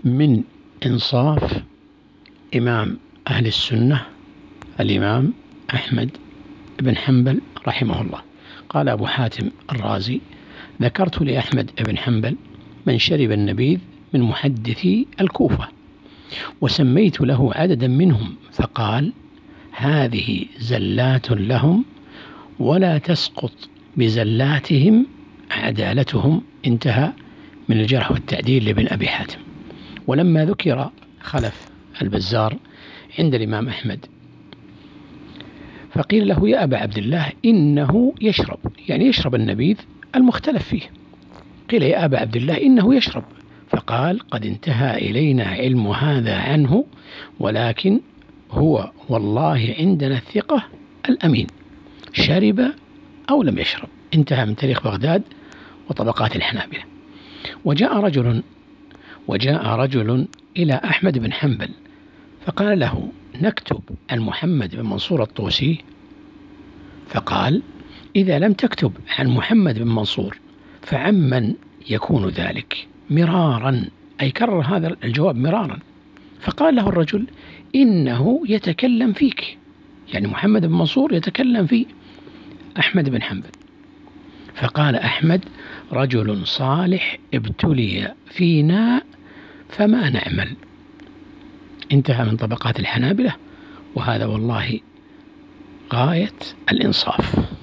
من إنصاف إمام أهل السنة الإمام أحمد بن حنبل رحمه الله. قال أبو حاتم الرازي: ذكرت لأحمد بن حنبل من شرب النبيذ من محدثي الكوفة، وسميت له عددا منهم، فقال: هذه زلات لهم ولا تسقط بزلاتهم عدالتهم. انتهى من الجرح والتعديل لابن أبي حاتم. ولما ذكر خلف البزار عند الإمام أحمد فقيل له: يا أبا عبد الله إنه يشرب، يعني يشرب النبيذ المختلف فيه. قيل: يا أبا عبد الله إنه يشرب، فقال: قد انتهى إلينا علم هذا عنه، ولكن هو والله عندنا الثقة الأمين، شرب أو لم يشرب. انتهى من تاريخ بغداد وطبقات الحنابلة. وجاء رجل إلى أحمد بن حنبل فقال له: نكتب عن محمد بن منصور الطوسي؟ فقال: إذا لم تكتب عن محمد بن منصور فعمن يكون ذلك؟ مرارا، أي كرر هذا الجواب مرارا. فقال له الرجل: إنه يتكلم فيك، يعني محمد بن منصور يتكلم في أحمد بن حنبل. فقال أحمد: رجل صالح ابتلي فينا فما نعمل. انتهى من طبقات الحنابلة. وهذا والله غاية الإنصاف.